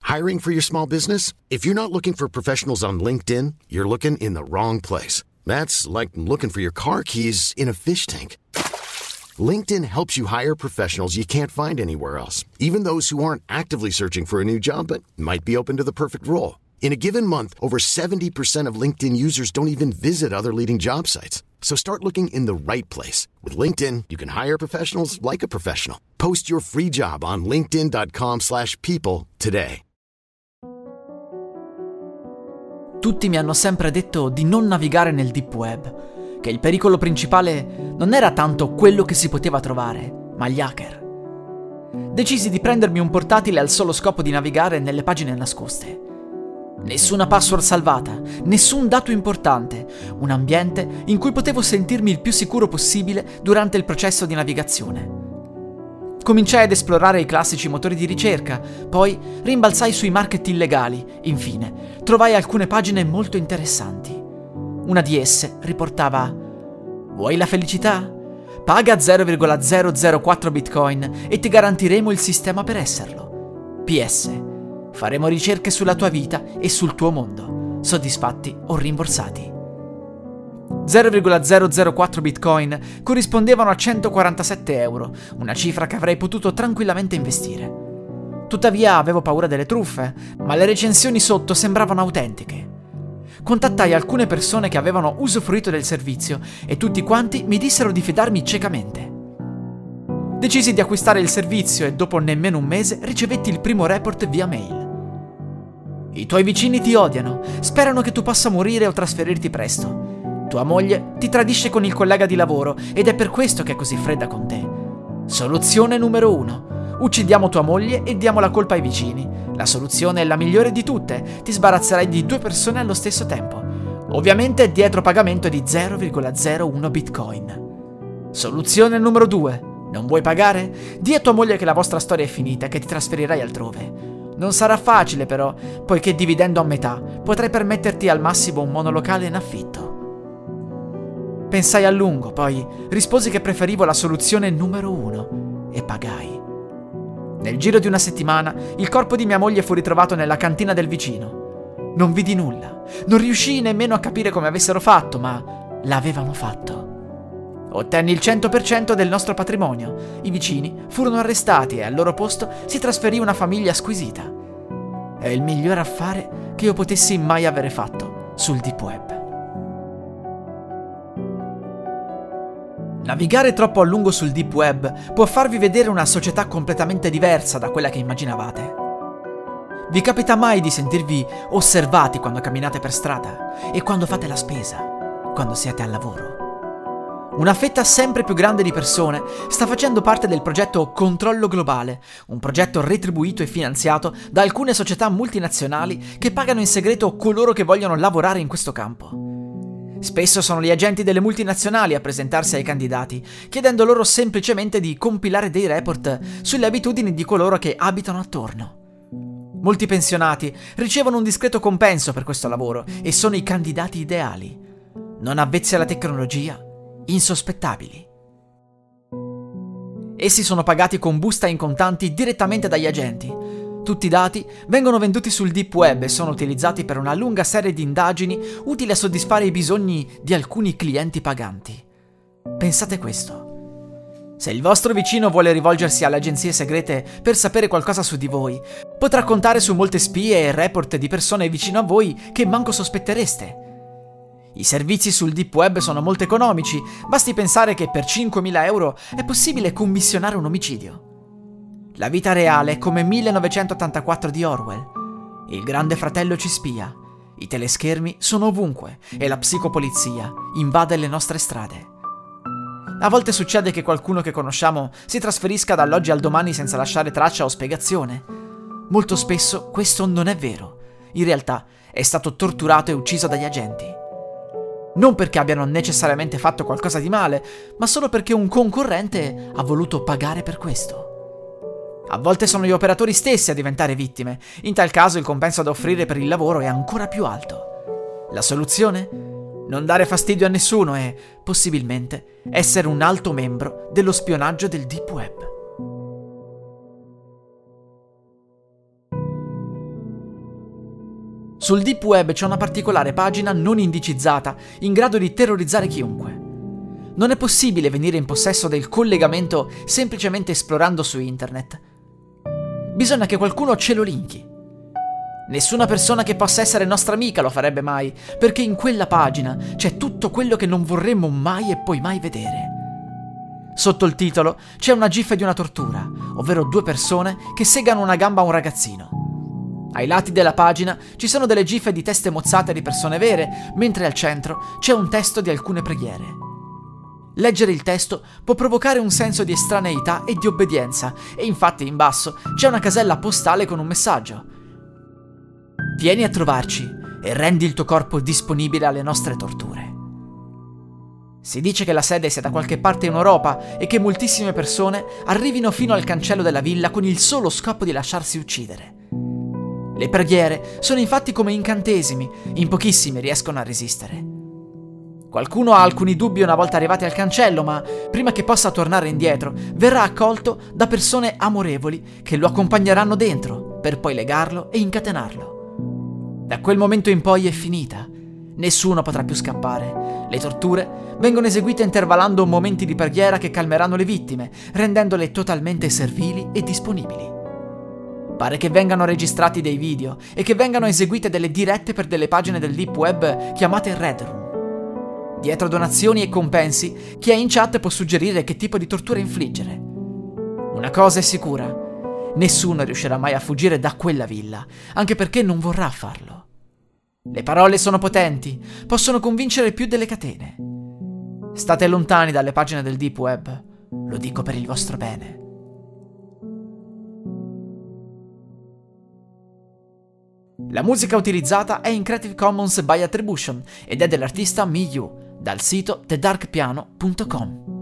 Hiring for your small business? If you're not looking for professionals on LinkedIn, you're looking in the wrong place. That's like looking for your car keys in a fish tank. LinkedIn helps you hire professionals you can't find anywhere else, even those who aren't actively searching for a new job but might be open to the perfect role. In a given month, over 70% of LinkedIn users don't even visit other leading job sites. So start looking in the right place. With LinkedIn, you can hire professionals like a professional. Post your free job on linkedin.com/people today. Tutti mi hanno sempre detto di non navigare nel deep web, che il pericolo principale non era tanto quello che si poteva trovare, ma gli hacker. Decisi di prendermi un portatile al solo scopo di navigare nelle pagine nascoste. Nessuna password salvata, nessun dato importante, un ambiente in cui potevo sentirmi il più sicuro possibile durante il processo di navigazione. Cominciai ad esplorare i classici motori di ricerca, poi rimbalzai sui market illegali, infine trovai alcune pagine molto interessanti. Una di esse riportava: "Vuoi la felicità? Paga 0,004 Bitcoin e ti garantiremo il sistema per esserlo. PS. Faremo ricerche sulla tua vita e sul tuo mondo, soddisfatti o rimborsati." 0,004 Bitcoin corrispondevano a 147 euro, una cifra che avrei potuto tranquillamente investire. Tuttavia avevo paura delle truffe, ma le recensioni sotto sembravano autentiche. Contattai alcune persone che avevano usufruito del servizio e tutti quanti mi dissero di fidarmi ciecamente. Decisi di acquistare il servizio e dopo nemmeno un mese ricevetti il primo report via mail. "I tuoi vicini ti odiano, sperano che tu possa morire o trasferirti presto. Tua moglie ti tradisce con il collega di lavoro ed è per questo che è così fredda con te. Soluzione numero 1. Uccidiamo tua moglie e diamo la colpa ai vicini. La soluzione è la migliore di tutte, ti sbarazzerai di 2 persone allo stesso tempo. Ovviamente dietro pagamento di 0,01 Bitcoin. Soluzione numero 2. Non vuoi pagare? Di a tua moglie che la vostra storia è finita e che ti trasferirai altrove. Non sarà facile però, poiché dividendo a metà potrai permetterti al massimo un monolocale in affitto." Pensai a lungo, poi risposi che preferivo la soluzione numero 1 e pagai. Nel giro di una settimana il corpo di mia moglie fu ritrovato nella cantina del vicino. Non vidi nulla, non riuscii nemmeno a capire come avessero fatto, ma l'avevano fatto. Ottenni il 100% del nostro patrimonio, i vicini furono arrestati e al loro posto si trasferì una famiglia squisita. È il miglior affare che io potessi mai avere fatto sul deep web. Navigare troppo a lungo sul deep web può farvi vedere una società completamente diversa da quella che immaginavate. Vi capita mai di sentirvi osservati quando camminate per strada e quando fate la spesa, quando siete al lavoro? Una fetta sempre più grande di persone sta facendo parte del progetto Controllo Globale, un progetto retribuito e finanziato da alcune società multinazionali che pagano in segreto coloro che vogliono lavorare in questo campo. Spesso sono gli agenti delle multinazionali a presentarsi ai candidati, chiedendo loro semplicemente di compilare dei report sulle abitudini di coloro che abitano attorno. Molti pensionati ricevono un discreto compenso per questo lavoro e sono i candidati ideali. Non avvezzi alla tecnologia, insospettabili. Essi sono pagati con busta in contanti direttamente dagli agenti. Tutti i dati vengono venduti sul deep web e sono utilizzati per una lunga serie di indagini utili a soddisfare i bisogni di alcuni clienti paganti. Pensate questo. Se il vostro vicino vuole rivolgersi alle agenzie segrete per sapere qualcosa su di voi, potrà contare su molte spie e report di persone vicino a voi che manco sospettereste. I servizi sul deep web sono molto economici, basti pensare che per 5.000 euro è possibile commissionare un omicidio. La vita reale è come 1984 di Orwell. Il grande fratello ci spia, i teleschermi sono ovunque e la psicopolizia invade le nostre strade. A volte succede che qualcuno che conosciamo si trasferisca dall'oggi al domani senza lasciare traccia o spiegazione. Molto spesso questo non è vero. In realtà è stato torturato e ucciso dagli agenti. Non perché abbiano necessariamente fatto qualcosa di male, ma solo perché un concorrente ha voluto pagare per questo. A volte sono gli operatori stessi a diventare vittime. In tal caso il compenso da offrire per il lavoro è ancora più alto. La soluzione? Non dare fastidio a nessuno e, possibilmente, essere un alto membro dello spionaggio del deep web. Sul Deep Web c'è una particolare pagina non indicizzata in grado di terrorizzare chiunque. Non è possibile venire in possesso del collegamento semplicemente esplorando su internet. Bisogna che qualcuno ce lo linki. Nessuna persona che possa essere nostra amica lo farebbe mai, perché in quella pagina c'è tutto quello che non vorremmo mai e poi mai vedere. Sotto il titolo c'è una gif di una tortura, ovvero 2 persone che segano una gamba a un ragazzino. Ai lati della pagina ci sono delle gif di teste mozzate di persone vere, mentre al centro c'è un testo di alcune preghiere. Leggere il testo può provocare un senso di estraneità e di obbedienza, e infatti in basso c'è una casella postale con un messaggio. Vieni a trovarci e rendi il tuo corpo disponibile alle nostre torture. Si dice che la sede sia da qualche parte in Europa e che moltissime persone arrivino fino al cancello della villa con il solo scopo di lasciarsi uccidere. Le preghiere sono infatti come incantesimi, in pochissimi riescono a resistere. Qualcuno ha alcuni dubbi una volta arrivati al cancello, ma prima che possa tornare indietro, verrà accolto da persone amorevoli che lo accompagneranno dentro, per poi legarlo e incatenarlo. Da quel momento in poi è finita. Nessuno potrà più scappare. Le torture vengono eseguite intervallando momenti di preghiera che calmeranno le vittime, rendendole totalmente servili e disponibili. Pare che vengano registrati dei video e che vengano eseguite delle dirette per delle pagine del Deep Web chiamate Red Room. Dietro donazioni e compensi, chi è in chat può suggerire che tipo di tortura infliggere. Una cosa è sicura: nessuno riuscirà mai a fuggire da quella villa, anche perché non vorrà farlo. Le parole sono potenti, possono convincere più delle catene. State lontani dalle pagine del Deep Web, lo dico per il vostro bene. La musica utilizzata è in Creative Commons by Attribution ed è dell'artista Miyu, dal sito thedarkpiano.com.